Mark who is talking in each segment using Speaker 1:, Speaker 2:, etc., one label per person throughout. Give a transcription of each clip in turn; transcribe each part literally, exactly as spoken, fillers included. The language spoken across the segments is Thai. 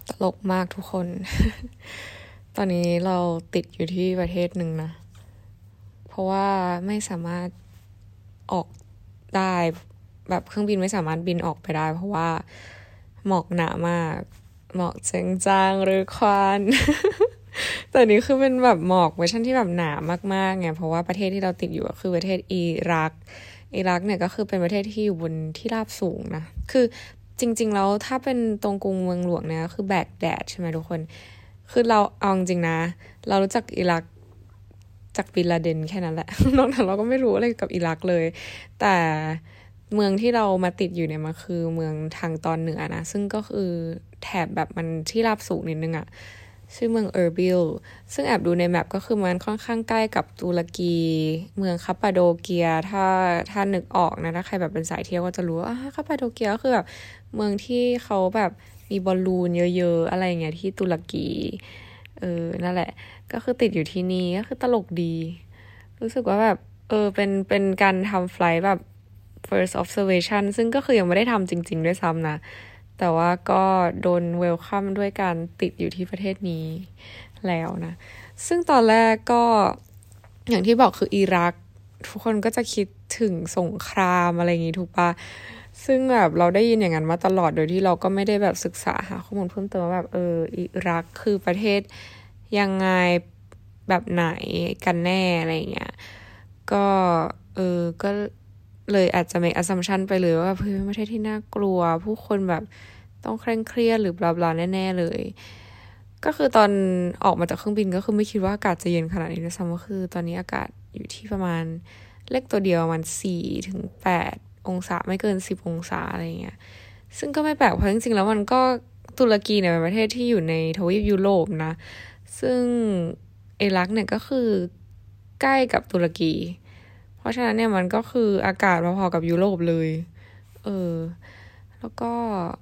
Speaker 1: ตลกมากทุกคน ตอนนี้เราติดอยู่ที่ประเทศหนึ่งนะ เพราะว่าไม่สามารถออกได้แบบเครื่องบินไม่สามารถบินออกไปได้เพราะว่าหมอกหนามากหมอกเจงจางหรือควัน แต่นี้คือเป็นแบบหมอกเวอร์ชันที่แบบหนามากๆไงเพราะว่าประเทศที่เราติดอยู่ก็คือประเทศอิรักอิรักเนี่ยก็คือเป็นประเทศที่อยู่บนที่ราบสูงนะคือจริงๆแล้วถ้าเป็นตรงกรุงเมืองหลวงเนี่ยคือแบกแดดใช่ไหมทุกคนคือเราเอาจริงนะเรารู้จักอิรักจากบินลาเดนแค่นั้นแหละ นอกนั้นเราก็ไม่รู้อะไรกับอิรักเลยแต่เมืองที่เรามาติดอยู่เนี่ยมันคือเมืองทางตอนเหนือนะซึ่งก็คือแถบแบบมันที่ราบสูงนิดนึงอะชื่อเมืองเออร์บิลซึ่งแอบดูในแมปก็คือมันค่อนข้างใกล้กับตุรกีเมืองคาปาโดเกียถ้าถ้านึกออกนะถ้าใครแบบเป็นสายเที่ยวก็จะรู้ว่าคาปาโดเกียก็คือแบบเมืองที่เขาแบบมีบอลลูนเยอะๆอะไรเงี้ยที่ตุรกีเออนั่นแหละก็คือติดอยู่ที่นี่ก็คือตลกดีรู้สึกว่าแบบเออเป็นเป็นการทำไฟล์แบบ first observation ซึ่งก็คือยังไม่ได้ทำจริงๆด้วยซ้ำนะแต่ว่าก็โดนเวลคัมด้วยการติดอยู่ที่ประเทศนี้แล้วนะซึ่งตอนแรกก็อย่างที่บอกคืออิรักทุกคนก็จะคิดถึงสงครามอะไรอย่างงี้ถูกปะซึ่งแบบเราได้ยินอย่างนั้นมาตลอดโดยที่เราก็ไม่ได้แบบศึกษาหาข้อมูลเพิ่มเติมว่าแบบเอออิรักคือประเทศยังไงแบบไหนกันแน่อะไรเงี้ยก็เออก็เลยอาจจะ make assumption ไปเลยว่าเฮ้ยเป็นประเทศที่น่ากลัวผู้คนแบบต้องเคร่งเครียดหรือบลาบลาแน่ๆเลยก็คือตอนออกมาจากเครื่องบินก็คือไม่คิดว่าอากาศจะเย็นขนาดนี้ด้วยซ้ำก็คือตอนนี้อากาศอยู่ที่ประมาณเลขตัวเดียวประมาณสี่ถึงแปดองศาไม่เกินสิบองศาอะไรเงี้ยซึ่งก็ไม่แปลกเพราะจริงๆแล้วมันก็ตุรกีเนี่ยเป็นประเทศที่อยู่ในทวีปยุโรปนะซึ่งอิรักเนี่ยก็คือใกล้กับตุรกีเพราะฉะนั้นเนี่ยมันก็คืออากาศพอๆกับยุโรปเลยเออแล้วก็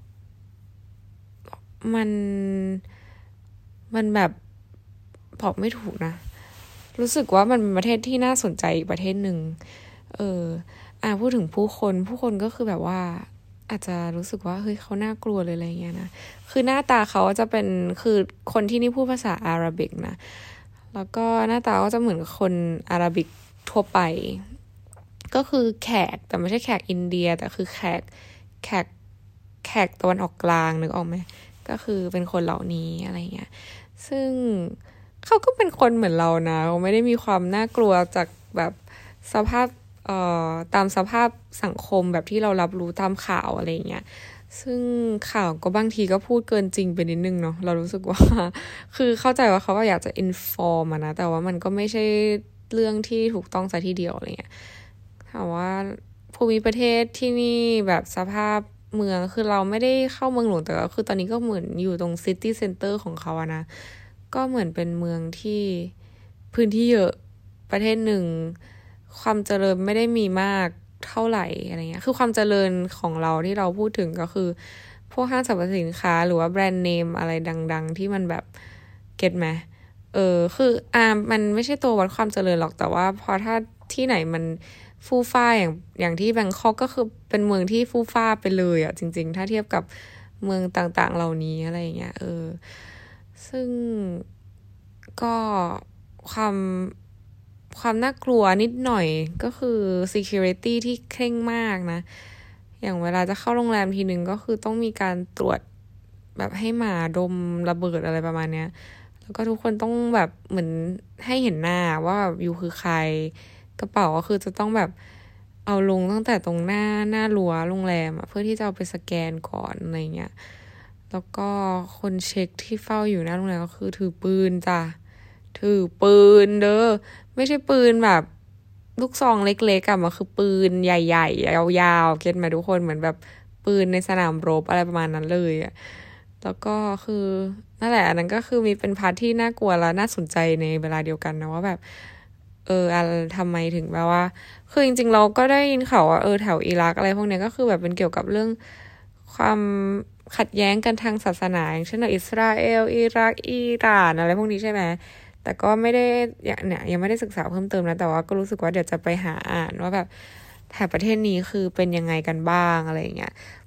Speaker 1: มันมันแบบบอกไม่ถูกนะรู้สึกว่ามันเป็นประเทศที่น่าสนใจอีกประเทศหนึ่งเอออ่ะพูดถึงผู้คนผู้คนก็คือแบบว่าอาจจะรู้สึกว่าเฮ้ยเขาน่ากลัวเลยอะไรเงี้ยนะคือหน้าตาเขาจะเป็นคือคนที่นี่พูดภาษาอาหรับิกนะแล้วก็หน้าตาก็จะเหมือนคนอาหรับิกทั่วไปก็คือแขกแต่ไม่ใช่แขกอินเดียแต่คือแขกแขกแขกตะวันออกกลางนึกออกไหมก็คือเป็นคนเหล่านี้อะไรเงี้ยซึ่งเขาก็เป็นคนเหมือนเรานะเขาไม่ได้มีความน่ากลัวจากแบบสภาพเอ่อตามสภาพสังคมแบบที่เรารับรู้ตามข่าวอะไรเงี้ยซึ่งข่าวก็บางทีก็พูดเกินจริงไปนิดนึงเนาะเรารู้สึกว่าคือเข้าใจว่าเขาก็อยากจะอินฟอร์มอะนะแต่ว่ามันก็ไม่ใช่เรื่องที่ถูกต้องซะทีเดียวอะไรเงี้ยถามว่าภูมิประเทศที่นี่แบบสภาพเมืองคือเราไม่ได้เข้าเมืองหลวงแต่ก็คือตอนนี้ก็เหมือนอยู่ตรงซิตี้เซ็นเตอร์ของเขาอะนะก็เหมือนเป็นเมืองที่พื้นที่เยอะประเทศหนึ่งความเจริญไม่ได้มีมากเท่าไหร่อะไรเงี้ยคือความเจริญของเราที่เราพูดถึงก็คือพวกห้างสรรพสินค้าหรือว่าแบรนด์เนมอะไรดังๆที่มันแบบเก็ตไหมเออคืออ่ามันไม่ใช่ตัววัดความเจริญหรอกแต่ว่าพอถ้าที่ไหนมันฟู่ฟ้าอย่างอย่างที่แบงคอกก็คือเป็นเมืองที่ฟู่ฟ้าไปเลยอ่ะจริงๆถ้าเทียบกับเมืองต่างๆเหล่านี้อะไรเงี้ยเออซึ่งก็ความความน่ากลัวนิดหน่อยก็คือ security ที่เคร่งมากนะอย่างเวลาจะเข้าโรงแรมทีนึงก็คือต้องมีการตรวจแบบให้หมาดมระเบิดอะไรประมาณเนี้ยแล้วก็ทุกคนต้องแบบเหมือนให้เห็นหน้าว่าแบบอยู่คือใครกระเป๋าก็คือจะต้องแบบเอาลงตั้งแต่ตรงหน้าหน้ารั้วโรงแรมอะเพื่อที่จะเอาไปสแกนก่อนอะไรเงี้ยแล้วก็คนเช็คที่เฝ้าอยู่หน้าโรงแรมก็คือถือปืนจ้ะถือปืนเด้อไม่ใช่ปืนแบบลูกซองเล็กๆอะมันคือปืนใหญ่ๆยาวๆเก็ตไหมทุกคนเหมือนแบบปืนในสนามรบอะไรประมาณนั้นเลยอะแล้วก็คือนั่นแหละอันนั้นก็คือมีเป็นพาร์ทที่น่ากลัวและน่าสนใจในเวลาเดียวกันนะว่าแบบเอออะไรทำไมถึงแบบว่าคือจริงๆเราก็ได้ยินข่าวว่าเออแถวอิรักอะไรพวกเนี้ยก็คือแบบเป็นเกี่ยวกับเรื่องความขัดแย้งกันทางศาสนาอย่างเช่นอิสราเอลอิรักอิหร่านอะไรพวกนี้ใช่ไหมแต่ก็ไม่ได้เนี่ยยังไม่ได้ศึกษาเพิ่มเติมนะแต่ว่าก็รู้สึกว่าเดี๋ยวจะไปหาอ่านว่าแบบแถบประเทศนี้คือเป็นยังไงกันบ้างอะไรอย่างเงี้ย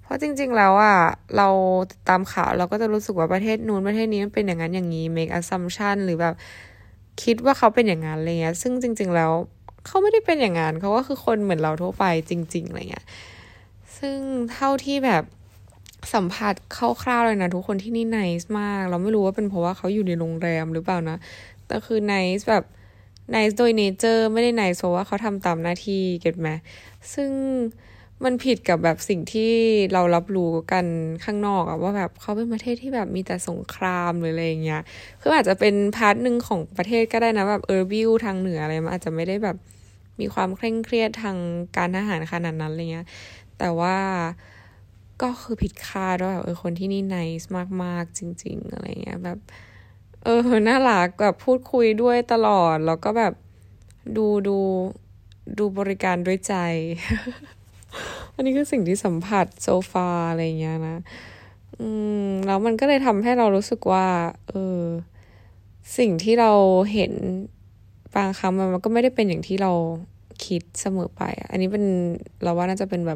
Speaker 1: เพราะจริงๆแล้วอ่ะเราติดตามข่าวเราก็จะรู้สึกว่าประเทศนู้นประเทศนี้มันเป็นอย่างนั้นอย่างนี้ make assumption หรือแบบคิดว่าเขาเป็นอย่างนั้นอะไรเงี้ยซึ่งจริงๆแล้วเขาไม่ได้เป็นอย่างนั้นเขาก็คือคนเหมือนเราทั่วไปจริงๆอะไรเงี้ยซึ่งเท่าที่แบบสัมผัสคร่าวๆเลยนะทุกคนที่นี่ nice มากเราไม่รู้ว่าเป็นเพราะว่าเขาอยู่ในโรงแรมหรือเปล่านะแต่คือ nice แบบ nice โดย nature ไม่ได้ nice เพราะว่าเขาทำตามหน้าที่เก็ตไหมซึ่งมันผิดกับแบบสิ่งที่เรารับรู้กันข้างนอกอะว่าแบบเขาเป็นประเทศที่แบบมีแต่สงครามหรืออะไรอย่างเงี้ยคืออาจจะเป็นพาร์ทหนึ่งของประเทศก็ได้นะแบบเออร์บิวทางเหนืออะไรมันอาจจะไม่ได้แบบมีความเคร่งเครียดทางการทหารขนาดนั้นอะไรเงี้ยแต่ว่าก็คือผิดคาดว่าแบบเออคนที่นี่ nice มากๆจริงๆอะไรเงี้ยแบบเออน่ารักแบบพูดคุยด้วยตลอดแล้วก็แบบดูดูดูบริการด้วยใจ อันนี้คือสิ่งที่สัมผัสโซฟาอะไรเงี้ยนะอืมแล้วมันก็เลยทำให้เรารู้สึกว่าเออสิ่งที่เราเห็นบางครั้งมันก็ไม่ได้เป็นอย่างที่เราคิดเสมอไปอันนี้เป็นเราว่าน่าจะเป็นแบบ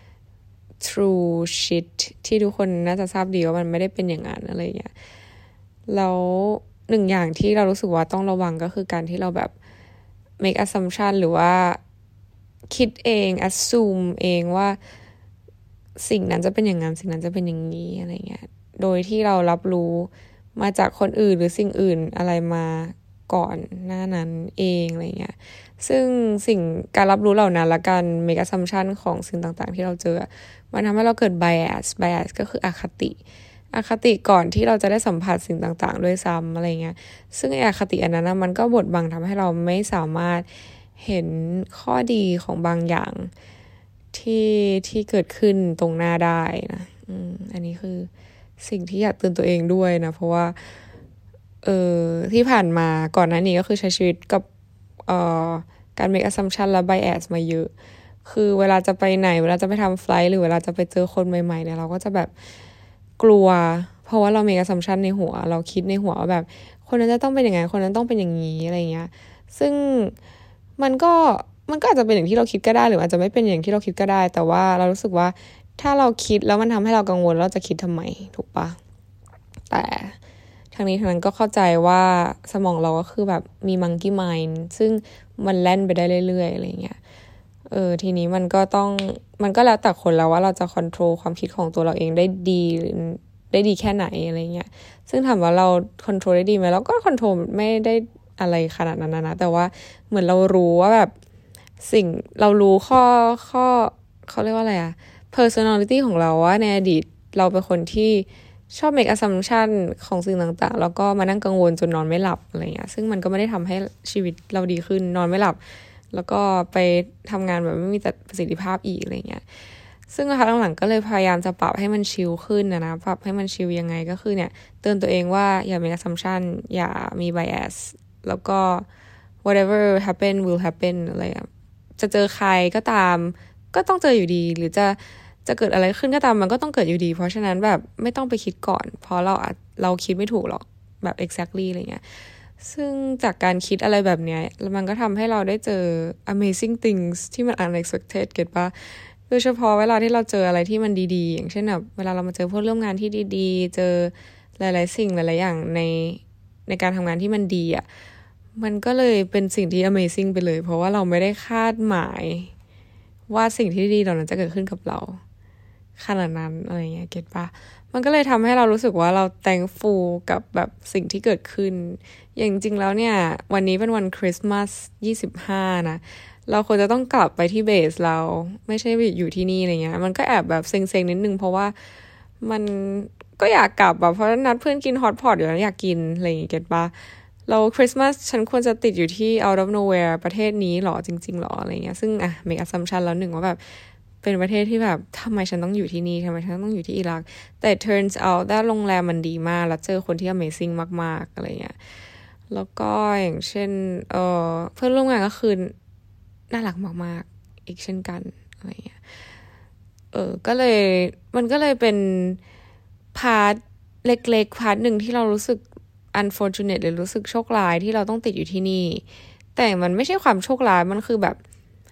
Speaker 1: true shit ที่ทุกคนน่าจะทราบดีว่ามันไม่ได้เป็นอย่างนั้นอะไรเงี้ยแล้วหนึ่งอย่างที่เรารู้สึกว่าต้องระวังก็คือการที่เราแบบ make assumption หรือว่าคิดเอง assume เองว่าสิ่งนั้นจะเป็นอย่างนั้นสิ่งนั้นจะเป็นอย่างนี้อะไรเงี้ยโดยที่เรารับรู้มาจากคนอื่นหรือสิ่งอื่นอะไรมาก่อนหน้านั้นเองอะไรเงี้ยซึ่งสิ่งการรับรู้เหล่านั้นและการ make assumption ของสิ่งต่างๆที่เราเจอมันทำให้เราเกิด bias bias ก็คืออคติอคติก่อนที่เราจะได้สัมผัสสิ่งต่างๆด้วยซ้ำอะไรเงี้ยซึ่งอคติอันนั้นนะมันก็บดบังทำให้เราไม่สามารถเห็นข้อดีของบางอย่างที่ที่เกิดขึ้นตรงหน้าได้นะอืมอันนี้คือสิ่งที่อยากเตือนตัวเองด้วยนะเพราะว่าเออที่ผ่านมาก่อนหน้านี้ก็คือใช้ชีวิตกับเอ่อการ make assumption และ bias มาเยอะคือเวลาจะไปไหนเวลาจะไปทำไฟลท์หรือเวลาจะไปเจอคนใหม่ๆเนี่ยเราก็จะแบบกลัวเพราะว่าเรา make assumption ในหัวเราคิดในหัวว่าแบบคนนั้นจะต้องเป็นอย่างไงคนนั้นต้องเป็นอย่างนี้อะไรเงี้ยซึ่งมันก็มันก็อาจจะเป็นอย่างที่เราคิดก็ได้หรืออาจจะไม่เป็นอย่างที่เราคิดก็ได้แต่ว่าเรารู้สึกว่าถ้าเราคิดแล้วมันทำให้เรากังวลเราจะคิดทำไมถูกปะแต่ทางนี้ทางนั้นก็เข้าใจว่าสมองเราก็คือแบบมี monkey mind ซึ่งมันแล่นไปได้เรื่อยๆอะไรเงี้ยเออทีนี้มันก็ต้องมันก็แล้วแต่คนแล้วว่าเราจะ control ความคิดของตัวเราเองได้ดีหรือได้ดีแค่ไหนอะไรเงี้ยซึ่งถามว่าเรา control ได้ดีไหมเราก็ control ไม่ได้อะไรขนาดนั้นนะแต่ว่าเหมือนเรารู้ว่าแบบสิ่งเรารู้ข้อข้อเขาเรียกว่าอะไรอะ personality ของเราว่าในอดีตเราเป็นคนที่ชอบ make assumption ของสิ่งต่างๆแล้วก็มานั่งกังวลจนนอนไม่หลับอะไรเงี้ยซึ่งมันก็ไม่ได้ทำให้ชีวิตเราดีขึ้นนอนไม่หลับแล้วก็ไปทำงานแบบไม่มีประสิทธิภาพอีกอะไรเงี้ยซึ่งนะคะหลังๆก็เลยพยายามจะปรับให้มันชิลขึ้นนะนะปรับให้มันชิลยังไงก็คือเนี่ยเตือนตัวเองว่าอย่า make assumption อย่ามี bias แล้วก็ whatever happen will happen อะไรอ่ะจะเจอใครก็ตามก็ต้องเจออยู่ดีหรือจะจะเกิดอะไรขึ้นก็ตามมันก็ต้องเกิดอยู่ดีเพราะฉะนั้นแบบไม่ต้องไปคิดก่อนเพราะเราเราคิดไม่ถูกหรอกแบบ exactly อะไรเงี้ยซึ่งจากการคิดอะไรแบบเนี้ยมันก็ทำให้เราได้เจอ amazing things ที่มัน unexpected เก็ตปะโดยเฉพาะเวลาที่เราเจออะไรที่มันดีๆอย่างเช่นแบบเวลาเรามาเจอเพื่อนร่วมงานที่ดีๆเจอหลายๆสิ่งหลายๆอย่างในในการทำงานที่มันดีอ่ะมันก็เลยเป็นสิ่งที่ amazing ไปเลยเพราะว่าเราไม่ได้คาดหมายว่าสิ่งที่ดีเหล่านั้นจะเกิดขึ้นกับเราขนาดนั้นอะไรเงี้ยเก็ตปะมันก็เลยทำให้เรารู้สึกว่าเรา thankful กับแบบสิ่งที่เกิดขึ้นอย่างจริงแล้วเนี่ยวันนี้เป็นวันคริสต์มาสยี่สิบห้านะเราควรจะต้องกลับไปที่เบสเราไม่ใช่อยู่ที่นี่อะไรเงี้ยมันก็แอบแบบเซ็งๆนิดนึงเพราะว่ามันก็อยากกลับแบบเพราะนัดเพื่อนกินฮอตพอตอยู่แล้วอยากกินอะไรอย่างเงี้ยเก็ตปะเราคริสต์มาสฉันควรจะติดอยู่ที่ out of nowhere ประเทศนี้หรอจริงๆหรออะไรเงี้ยซึ่งอ่ะ make assumption แล้วหนึ่งว่าแบบเป็นประเทศที่แบบทำไมฉันต้องอยู่ที่นี่ทำไมฉันต้องอยู่ที่อิรักแต่ turns out ว่าโรงแรมมันดีมากแล้วเจอคนที่ amazing มากๆอะไรเงี้ยแล้วก็อย่างเช่นเออเพื่อนร่วมงานก็คือน่ารักมากๆอีกเช่นกันอะไรเงี้ยเออก็เลยมันก็เลยเป็นพาร์ทเล็กๆพาร์ทหนึ่งที่เรารู้สึก unfortunate หรือรู้สึกโชคร้ายที่เราต้องติดอยู่ที่นี่แต่มันไม่ใช่ความโชคร้ายมันคือแบบ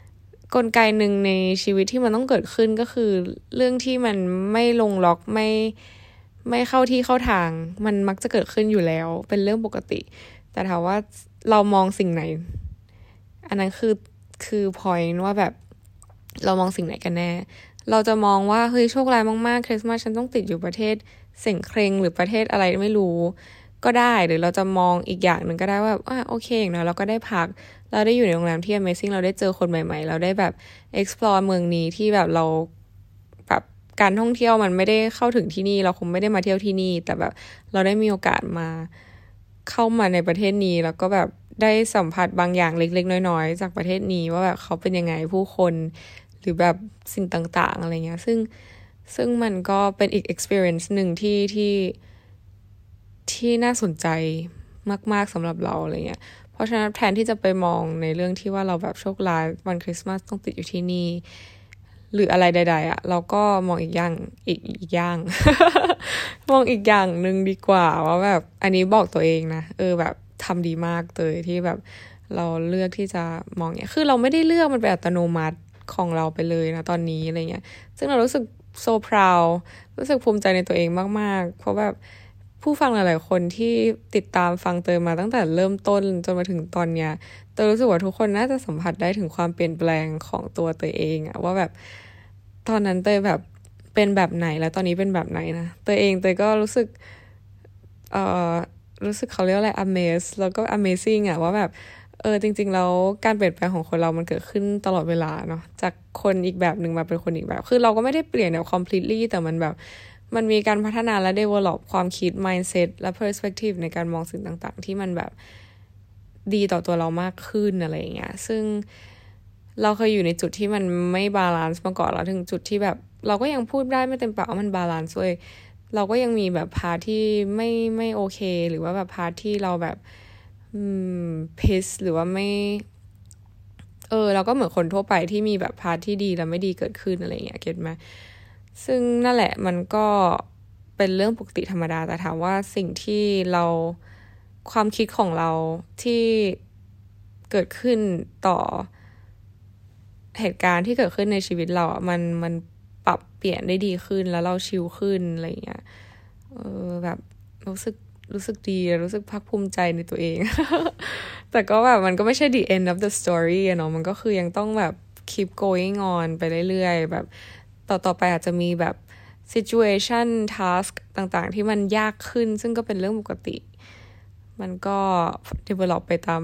Speaker 1: กลไกหนึ่งในชีวิตที่มันต้องเกิดขึ้นก็คือเรื่องที่มันไม่ลงล็อกไม่ไม่เข้าที่เข้าทางมันมักจะเกิดขึ้นอยู่แล้วเป็นเรื่องปกติแต่ถามว่าเรามองสิ่งไหนอันนั้นคือคือ point ว่าแบบเรามองสิ่งไหนกันแน่เราจะมองว่าเฮ้ยโชคร้ายมากๆคริสต์มาสฉันต้องติดอยู่ประเทศเส็งเคร่งหรือประเทศอะไรไม่รู้ก็ได้หรือเราจะมองอีกอย่างหนึ่งก็ได้ว่าอ่ะโอเคอย่างน้อยเราก็ได้พักเราได้อยู่ในโรงแรมที่ Amazing เราได้เจอคนใหม่ๆเราได้แบบ explore เมืองนี้ที่แบบเราแบบการท่องเที่ยวมันไม่ได้เข้าถึงที่นี่เราคงไม่ได้มาเที่ยวที่นี่แต่แบบเราได้มีโอกาสมาเข้ามาในประเทศนี้แล้วก็แบบได้สัมผัสบางอย่างเล็กๆน้อยๆจากประเทศนี้ว่าแบบเขาเป็นยังไงผู้คนหรือแบบสิ่งต่างๆอะไรเงี้ยซึ่งซึ่งมันก็เป็นอีก experience หนึ่งที่ที่ที่น่าสนใจมากๆสำหรับเราอะไรเงี้ยเพราะฉะนั้นแทนที่จะไปมองในเรื่องที่ว่าเราแบบโชคร้ายวันคริสต์มาสต้องติดอยู่ที่นี่หรืออะไรใดๆอ่ะเราก็มองอีกอย่างอีกอีกอย่าง มองอีกอย่างหนึ่งดีกว่าว่าแบบอันนี้บอกตัวเองนะเออแบบทำดีมากเลยที่แบบเราเลือกที่จะมองเนี่ยคือเราไม่ได้เลือกมันเป็นอัตโนมัติของเราไปเลยนะตอนนี้อะไรเงี้ยซึ่งเรารู้สึก so proud รู้สึกภูมิใจในตัวเองมากๆเพราะแบบผู้ฟังหลายๆคนที่ติดตามฟังเตยมาตั้งแต่เริ่มต้นจนมาถึงตอนเนี้ยเตยรู้สึกว่าทุกคนน่าจะสัมผัสได้ถึงความเปลี่ยนแปลงของตัวเตยเองอะว่าแบบตอนนั้นเตยแบบเป็นแบบไหนแล้วตอนนี้เป็นแบบไหนนะเตยเองเตยก็รู้สึกเอ่อรู้สึกเขาเรียกอะไร amaze แล้วก็ amazing อะว่าแบบเออจริงๆแล้วการเปลี่ยนแปลงของคนเรามันเกิดขึ้นตลอดเวลาเนาะจากคนอีกแบบหนึ่งมาเป็นคนอีกแบบคือเราก็ไม่ได้เปลี่ยนแบบ completely แต่มันแบบมันมีการพัฒนาและ develop ความคิด mindset และ perspective ในการมองสิ่งต่างๆที่มันแบบดีต่อตัวเรามากขึ้นอะไรอย่างเงี้ยซึ่งเราเคยอยู่ในจุดที่มันไม่บาลานซ์มาก่อนแล้วถึงจุดที่แบบเราก็ยังพูดได้ไม่เต็มปากว่ามันบาลานซ์เว้ยเราก็ยังมีแบบพาร์ทที่ไม่ไม่โอเคหรือว่าแบบพาร์ทที่เราแบบอืมพิสหรือว่าไม่เออเราก็เหมือนคนทั่วไปที่มีแบบพาร์ทที่ดีและไม่ดีเกิดขึ้นอะไรอย่างเงี้ยเก็ทไหมซึ่งนั่นแหละมันก็เป็นเรื่องปกติธรรมดาแต่ถามว่าสิ่งที่เราความคิดของเราที่เกิดขึ้นต่อเหตุการณ์ที่เกิดขึ้นในชีวิตเราอ่ะมันมันปรับเปลี่ยนได้ดีขึ้นแล้วเราชิลขึ้นอะไรอย่างเงี้ยเออแบบรู้สึกรู้สึกดีรู้สึกภาคภูมิใจในตัวเอง แต่ก็แบบมันก็ไม่ใช่ the end of the story อะเนาะมันก็คือยังต้องแบบ keep going on ไปเรื่อยๆแบบต่อต่อไปอาจจะมีแบบ situation task ต่างๆที่มันยากขึ้นซึ่งก็เป็นเรื่องปกติมันก็ develop ไปตาม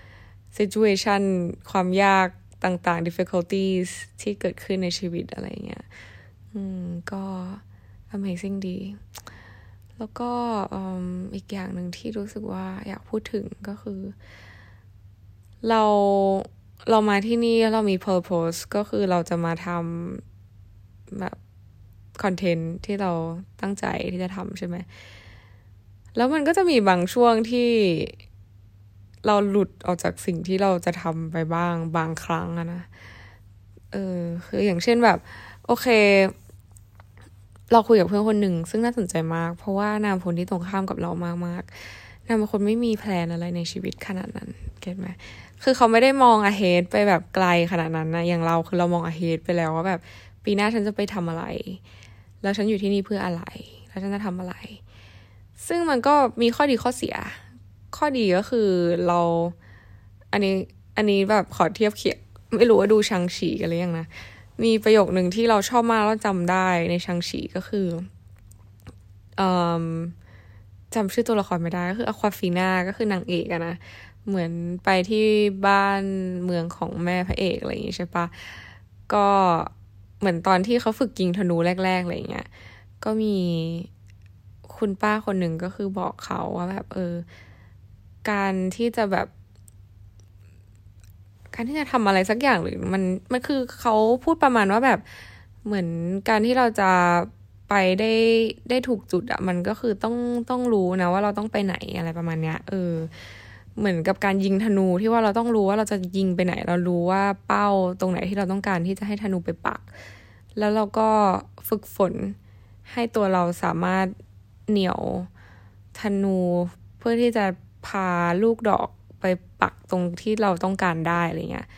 Speaker 1: situation ความยากต่างๆ difficulties ที่เกิดขึ้นในชีวิตอะไรเงี้ยอืมก็ amazing ดีแล้วก็อีกอย่างหนึ่งที่รู้สึกว่าอยากพูดถึงก็คือเราเรามาที่นี่เรามี purpose ก็คือเราจะมาทำแบบคอนเทนต์ที่เราตั้งใจที่จะทำใช่ไหมแล้วมันก็จะมีบางช่วงที่เราหลุดออกจากสิ่งที่เราจะทำไปบ้างบางครั้งอะนะเออคืออย่างเช่นแบบโอเคเราคุยกับเพื่อนคนหนึ่งซึ่งน่าสนใจมากเพราะว่านางคนที่ตรงข้ามกับเรามากๆนางเป็นคนไม่มีแพลนอะไรในชีวิตขนาดนั้นเก็ทไหมคือเขาไม่ได้มอง ahead ไปแบบไกลขนาดนั้นนะอย่างเราคือเรามอง ahead ไปแล้วว่าแบบปีหน้าฉันจะไปทำอะไรแล้วฉันอยู่ที่นี่เพื่ออะไรแล้วฉันจะทำอะไรซึ่งมันก็มีข้อดีข้อเสียข้อดีก็คือเราอันนี้อันนี้แบบขอเทียบเคียงไม่รู้ว่าดูชังฉีกันหรือยังนะมีประโยคหนึ่งที่เราชอบมากแล้วจำได้ในชังฉีก็คือเอ่อจำชื่อตัวละครไม่ได้ก็คืออควาฟีน่าก็คือนางเอกอะนะเหมือนไปที่บ้านเมืองของแม่พระเอกอะไรอย่างงี้ใช่ปะก็เหมือนตอนที่เขาฝึกยิงธนูแรกๆอะไรอย่างเงี้ยก็มีคุณป้าคนหนึ่งก็คือบอกเขาว่าแบบเออการที่จะแบบการที่จะทำอะไรสักอย่างหรือมันมันคือเขาพูดประมาณว่าแบบเหมือนการที่เราจะไปได้ได้ถูกจุดอะมันก็คือต้องต้องรู้นะว่าเราต้องไปไหนอะไรประมาณเนี้ยเออเหมือนกับการยิงธนูที่ว่าเราต้องรู้ว่าเราจะยิงไปไหนเรารู้ว่าเป้าตรงไหนที่เราต้องการที่จะให้ธนูไปปักแล้วเราก็ฝึกฝนให้ตัวเราสามารถเหนี่ยวธนูเพื่อที่จะพาลูกดอกไปปักตรงที่เราต้องการได้อะไรเงี้ย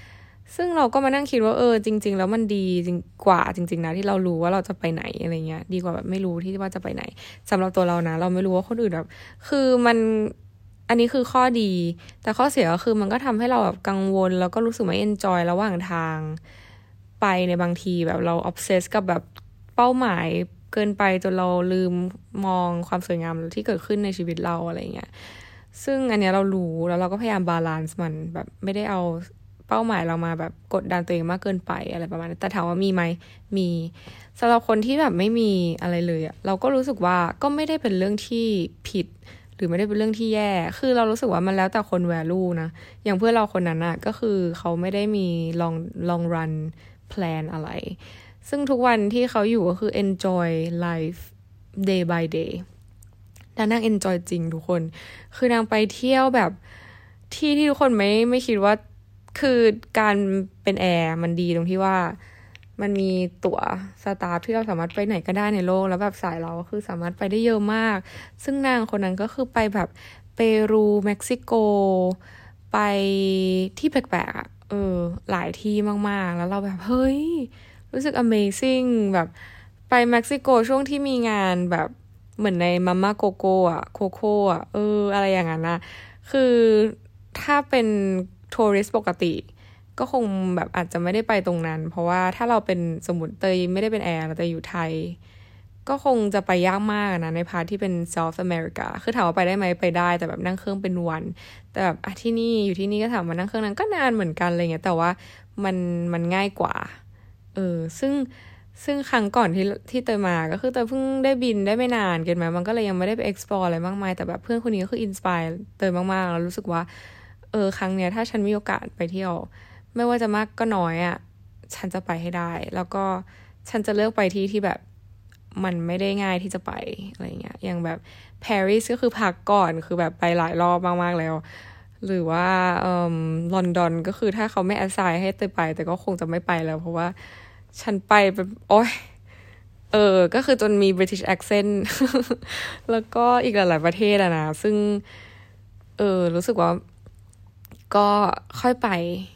Speaker 1: ซึ่งเราก็มานั่งคิดว่าเออจริงๆแล้วมันดีจริงกว่าจริงๆนะที่เรารู้ว่าเราจะไปไหนอะไรเงี้ยดีกว่าแบบไม่รู้ที่ว่าจะไปไหนสำหรับตัวเรานะเราไม่รู้ว่าคนอื่นแบบคือมันอันนี้คือข้อดีแต่ข้อเสียก็คือมันก็ทำให้เราแบบกังวลแล้วก็รู้สึกไม่เอนจอยระหว่างทางไปในบางทีแบบเราออฟเซสกับแบบเป้าหมายเกินไปจนเราลืมมองความสวยงามที่เกิดขึ้นในชีวิตเราอะไรเงี้ยซึ่งอันเนี้ยเรารู้แล้วเราก็พยายามบาลานซ์มันแบบไม่ได้เอาเป้าหมายเรามาแบบกดดันตัวเองมากเกินไปอะไรประมาณนั้นแต่ถามว่ามีไหมมีสำหรับคนที่แบบไม่มีอะไรเลยอะเราก็รู้สึกว่าก็ไม่ได้เป็นเรื่องที่ผิดหรือไม่ได้เป็นเรื่องที่แย่คือเรารู้สึกว่ามันแล้วแต่คน value นะอย่างเพื่อนเราคนนั้นอะก็คือเขาไม่ได้มี long long run plan อะไรซึ่งทุกวันที่เขาอยู่ก็คือ enjoy life day by day นางนั่ง enjoy จริงทุกคนคือนางไปเที่ยวแบบที่ที่ทุกคนไม่ไม่คิดว่าคือการเป็นแอร์มันดีตรงที่ว่ามันมีตั๋วสตาฟที่เราสามารถไปไหนก็ได้ในโลกแล้วแบบสายเราก็คือสามารถไปได้เยอะมากซึ่งนางคนนั้นก็คือไปแบบเปรูเม็กซิโกไปที่แปลกๆอ่ะเออหลายที่มากๆแล้วเราแบบเฮ้ยรู้สึก amazing แบบไปเม็กซิโกช่วงที่มีงานแบบเหมือนในมาม่าโกโก้อ่ะโคโค่อ่ะเอออะไรอย่างนั้นนะคือถ้าเป็นทัวริสต์ปกติก็คงแบบอาจจะไม่ได้ไปตรงนั้นเพราะว่าถ้าเราเป็นสมมติเตยไม่ได้เป็นแอร์เราจะอยู่ไทยก็คงจะไปยากมากนะในพาร์ทที่เป็น South America คือถามว่าไปได้ไหมไปได้แต่แบบนั่งเครื่องเป็นวันแต่แบบอ่ะที่นี่อยู่ที่นี่ก็ถามมานั่งเครื่องนั้นก็นานเหมือนกันอะไรเงี้ยแต่ว่ามันมันง่ายกว่าเออซึ่งซึ่งครั้งก่อนที่ที่เตยมาก็คือเตยเพิ่งได้บินได้ไม่นานเกินไหมมันก็เลยยังไม่ได้ไป explore อะไรมากมายแต่แบบเพื่อนคนนี้ก็คือ inspire เตยมากๆแล้วรู้สึกว่าเออครั้งเนี้ยถ้าฉันมีโอกาสไปเที่ยวไม่ว่าจะมากก็น้อยอ่ะฉันจะไปให้ได้แล้วก็ฉันจะเลือกไปที่ที่แบบมันไม่ได้ง่ายที่จะไปอะไรเงี้ยอย่างแบบปารีสก็คือพักก่อนคือแบบไปหลายรอบมากๆแล้วหรือว่าเอ่อลอนดอนก็คือถ้าเขาไม่แอสไซน์ให้เตยไปแต่ก็คงจะไม่ไปแล้วเพราะว่าฉันไปแบบโอ๊ยเออก็คือจนมี British accent แล้วก็อีกหลายๆประเทศอะนะซึ่งเออรู้สึกว่าก็ค่อยไป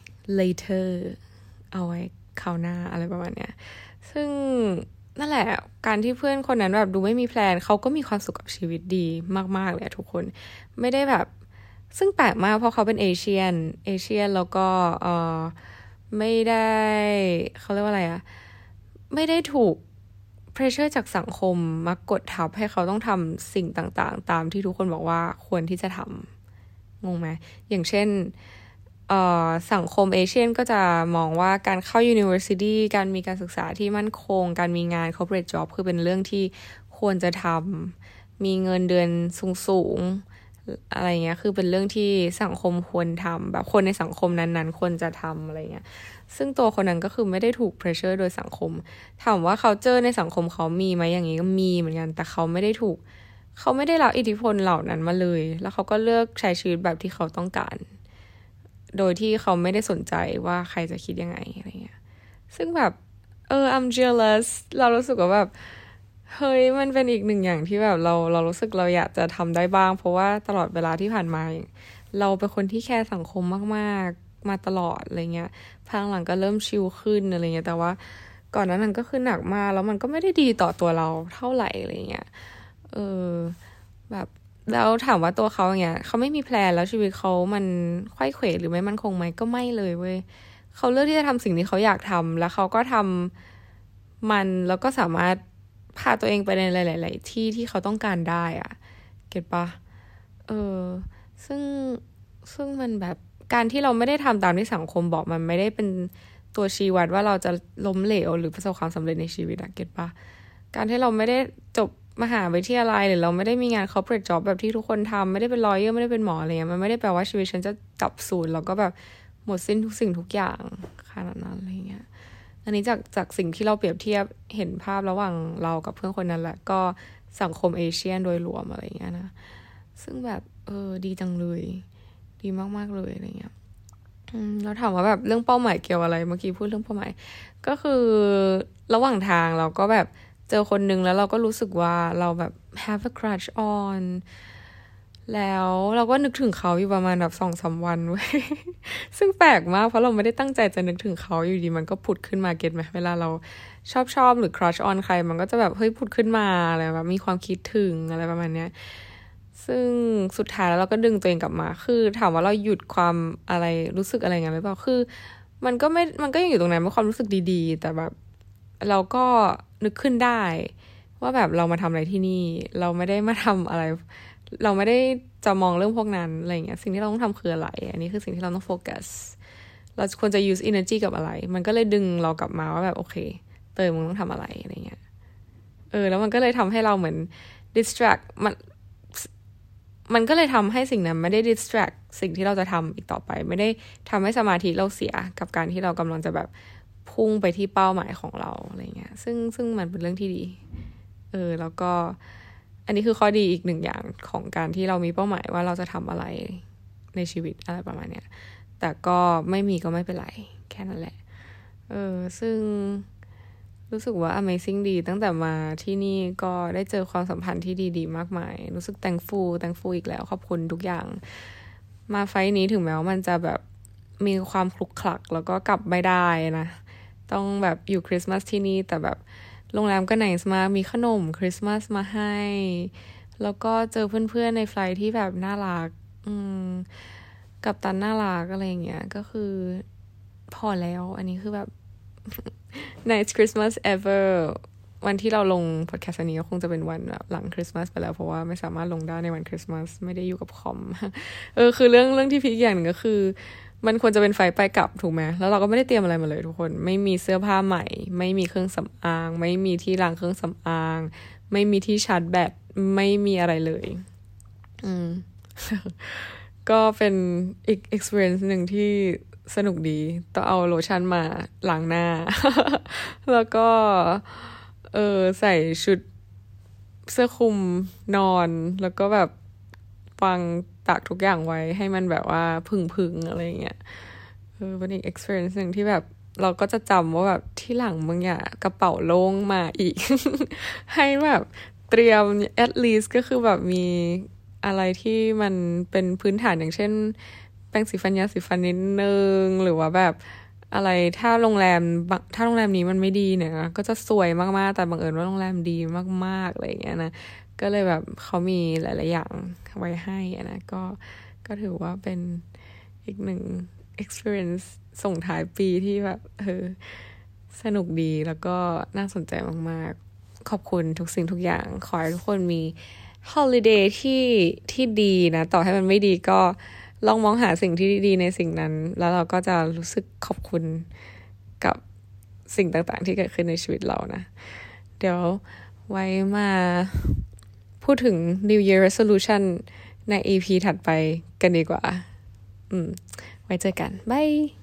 Speaker 1: later เอาไว้คราวหน้าอะไรประมาณเนี้ยซึ่งนั่นแหละการที่เพื่อนคนนั้นแบบดูไม่มีแพลนเขาก็มีความสุขกับชีวิตดีมากๆเลยทุกคนไม่ได้แบบซึ่งแปลกมากเพราะเขาเป็นเอเชียนเอเชียนแล้วก็เออไม่ได้เขาเรียกว่าอะไรอะไม่ได้ถูก pressure จากสังคมมากดทับให้เขาต้องทำสิ่งต่างๆตามที่ทุกคนบอกว่าควรที่จะทำงงไหมอย่างเช่นสังคมเอเชียนก็จะมองว่าการเข้า university การมีการศึกษาที่มั่นคงการมีงาน corporate job คือเป็นเรื่องที่ควรจะทำมีเงินเดือนสูงๆอะไรเงี้ยคือเป็นเรื่องที่สังคมควรทำแบบคนในสังคมนั้นๆควรจะทำอะไรเงี้ยซึ่งตัวคนนั้นก็คือไม่ได้ถูก pressure โดยสังคมถามว่าเขาเจอในสังคมเขามีไหมอย่างนี้ก็มีเหมือนกันแต่เขาไม่ได้ถูกเขาไม่ได้รับอิทธิพลเหล่านั้นมาเลยแล้วเขาก็เลือกใช้ชีวิตแบบที่เขาต้องการโดยที่เขาไม่ได้สนใจว่าใครจะคิดยังไงอะไรเงี้ยซึ่งแบบเออ I'm jealous เรารู้สึกว่าแบบเฮ้ยมันเป็นอีกหนึ่งอย่างที่แบบเราเรารู้สึกเราอยากจะทำได้บ้างเพราะว่าตลอดเวลาที่ผ่านมาเราเป็นคนที่แคร์สังคมมากๆมาตลอดอะไรเงี้ยพักหลังก็เริ่มชิลขึ้นอะไรเงี้ยแต่ว่าก่อนนั้นมันก็คือหนักมากแล้วมันก็ไม่ได้ดีต่อตัวเราเท่าไหร่อะไรเงี้ยเออแบบแล้วถามว่าตัวเขาอย่างเงี้ยเขาไม่มีแพลนแล้วชีวิตเขามันไขว้เขวหรือไม่มั่นคงไหมก็ไม่เลยเว้ยเขาเลือกที่จะทำสิ่งที่เขาอยากทำแล้วเขาก็ทำมันแล้วก็สามารถพาตัวเองไปในหลายๆที่ที่เขาต้องการได้อะเก็ตปะเออซึ่งซึ่งมันแบบการที่เราไม่ได้ทำตามที่สังคมบอกมันไม่ได้เป็นตัวชี้วัดว่าเราจะล้มเหลวหรือประสบความสำเร็จในชีวิตอะเก็ตปะการที่เราไม่ได้จบมหาวิทยาลัยหรือเราไม่ได้มีงาน corporate job แบบที่ทุกคนทำไม่ได้เป็น lawyer ไม่ได้เป็นหมออะไรเงี้ยมันไม่ได้แปลว่าชีวิตฉันจะกลับศูนย์แล้วก็แบบหมดสิ้นทุกสิ่งทุกอย่างขนาดนั้นอะไรเงี้ยอันนี้จากจากสิ่งที่เราเปรียบเทียบเห็นภาพระหว่างเรากับเพื่อนคนนั้นแหละก็สังคมเอเชียนโดยรวมอะไรเงี้ยนะซึ่งแบบเออดีจังเลยดีมากๆเลยอะไรเงี้ยแล้วถามว่าแบบเรื่องเป้าหมายเกี่ยวอะไรเมื่อกี้พูดเรื่องเป้าหมายก็คือระหว่างทางเราก็แบบเจอคนนึงแล้วเราก็รู้สึกว่าเราแบบ have a crush on แล้วเราก็นึกถึงเขาอยู่ประมาณแบบสองสามวันเว้ย ซึ่งแปลกมากเพราะเราไม่ได้ตั้งใจจะนึกถึงเขาอยู่ดีมันก็ผุดขึ้นมาเก็ตไหมเวลาเราชอบชอบหรือ crush on ใครมันก็จะแบบเฮ้ยผุดขึ้นมาอะไรแบบมีความคิดถึงอะไรประมาณเนี้ยซึ่งสุดท้ายแล้วเราก็ดึงตัวเองกลับมาคือถามว่าเราหยุดความอะไรรู้สึกอะไรเงี้ยไหมเปล่าคือมันก็ไม่มันก็ยังอยู่ตรงนั้นเป็นความรู้สึกดีๆแต่แบบเราก็นึกขึ้นได้ว่าแบบเรามาทำอะไรที่นี่เราไม่ได้มาทำอะไรเราไม่ได้จะมองเรื่องพวกนั้นอะไรเงี้ยสิ่งที่เราต้องทำคืออะไรอันนี้คือสิ่งที่เราต้องโฟกัสเราควรจะ use energy กับอะไรมันก็เลยดึงเรากลับมาว่าแบบโอเคเตยมึงต้องทำอะไรอะไรเงี้ยเออแล้วมันก็เลยทำให้เราเหมือน distract มันมันก็เลยทำให้สิ่งนั้นไม่ได้ distract สิ่งที่เราจะทำอีกต่อไปไม่ได้ทำให้สมาธิเราเสียกับการที่เรากำลังจะแบบพุ่งไปที่เป้าหมายของเราอะไรเงี้ยซึ่งซึ่งมันเป็นเรื่องที่ดีเออแล้วก็อันนี้คือข้อดีอีกหนึ่งอย่างของการที่เรามีเป้าหมายว่าเราจะทำอะไรในชีวิตอะไรประมาณเนี้ยแต่ก็ไม่มีก็ไม่เป็นไรแค่นั้นแหละเออซึ่งรู้สึกว่า Amazing ดีตั้งแต่มาที่นี่ก็ได้เจอความสัมพันธ์ที่ดีๆมากมายรู้สึก thankful thankful อีกแล้วขอบคุณทุกอย่างมาไฟนี้ถึงแม้ว่ามันจะแบบมีความคลุกคลักแล้วก็กลับไม่ได้นะต้องแบบอยู่คริสต์มาสที่นี่แต่แบบโรงแรมก็ไนส์มากมีขนมคริสต์มาสมาให้แล้วก็เจอเพื่อนๆในไฟล์ที่แบบน่ารักอืมกับตันน่ารักอะไรอย่างเงี้ยก็คือพอแล้วอันนี้คือแบบ Nice Christmas ever วันที่เราลงพอดแคสต์นี้ก็คงจะเป็นวันแบบหลังคริสต์มาสไปแล้วเพราะว่าไม่สามารถลงได้ในวันคริสต์มาสไม่ได้อยู่กับคอม เออคือเรื่องเรื่องที่พีคอย่างหนึ่งก็คือมันควรจะเป็นไฟไปกลับถูกไหมแล้วเราก็ไม่ได้เตรียมอะไรมาเลยทุกคนไม่มีเสื้อผ้าใหม่ไม่มีเครื่องสำอางไม่มีที่ล้างเครื่องสำอางไม่มีที่ชาร์จแบตไม่มีอะไรเลยอืม ก็เป็นอีก experience หนึ่งที่สนุกดีต้องเอาโลชั่นมาล้างหน้า แล้วก็เออใส่ชุดเสื้อคลุมนอนแล้วก็แบบฟังตากทุกอย่างไว้ให้มันแบบว่าพึ่งๆอะไรเงี้ยเออเป็นอีก experience หนึ่งที่แบบเราก็จะจำว่าแบบที่หลังมึงอย่ากระเป๋าโล่งมาอีก ให้แบบเตรียม at least ก็คือแบบมีอะไรที่มันเป็นพื้นฐานอย่างเช่นแปรงสีฟันยาสีฟันนิดนึงหรือว่าแบบอะไรถ้าโรงแรมถ้าโรงแรมนี้มันไม่ดีเนี่ยก็จะสวยมากๆแต่บังเอิญว่าโรงแรมดีมากๆอะไรอย่างเงี้ยนะก็เลยแบบเขามีหลายๆอย่างไว้ให้นะก็ก็ถือว่าเป็นอีกหนึ่ง experience ส่งท้ายปีที่แบบเออสนุกดีแล้วก็น่าสนใจมากๆขอบคุณทุกสิ่งทุกอย่างขอให้ทุกคนมี holiday ที่ที่ดีนะต่อให้มันไม่ดีก็ลองมองหาสิ่งที่ดีๆในสิ่งนั้นแล้วเราก็จะรู้สึกขอบคุณกับสิ่งต่างๆที่เกิดขึ้นในชีวิตเรานะเดี๋ยวไว้มาพูดถึง New Year Resolution ใน อี พี ถัดไปกันดีกว่าอืมไว้เจอกันบาย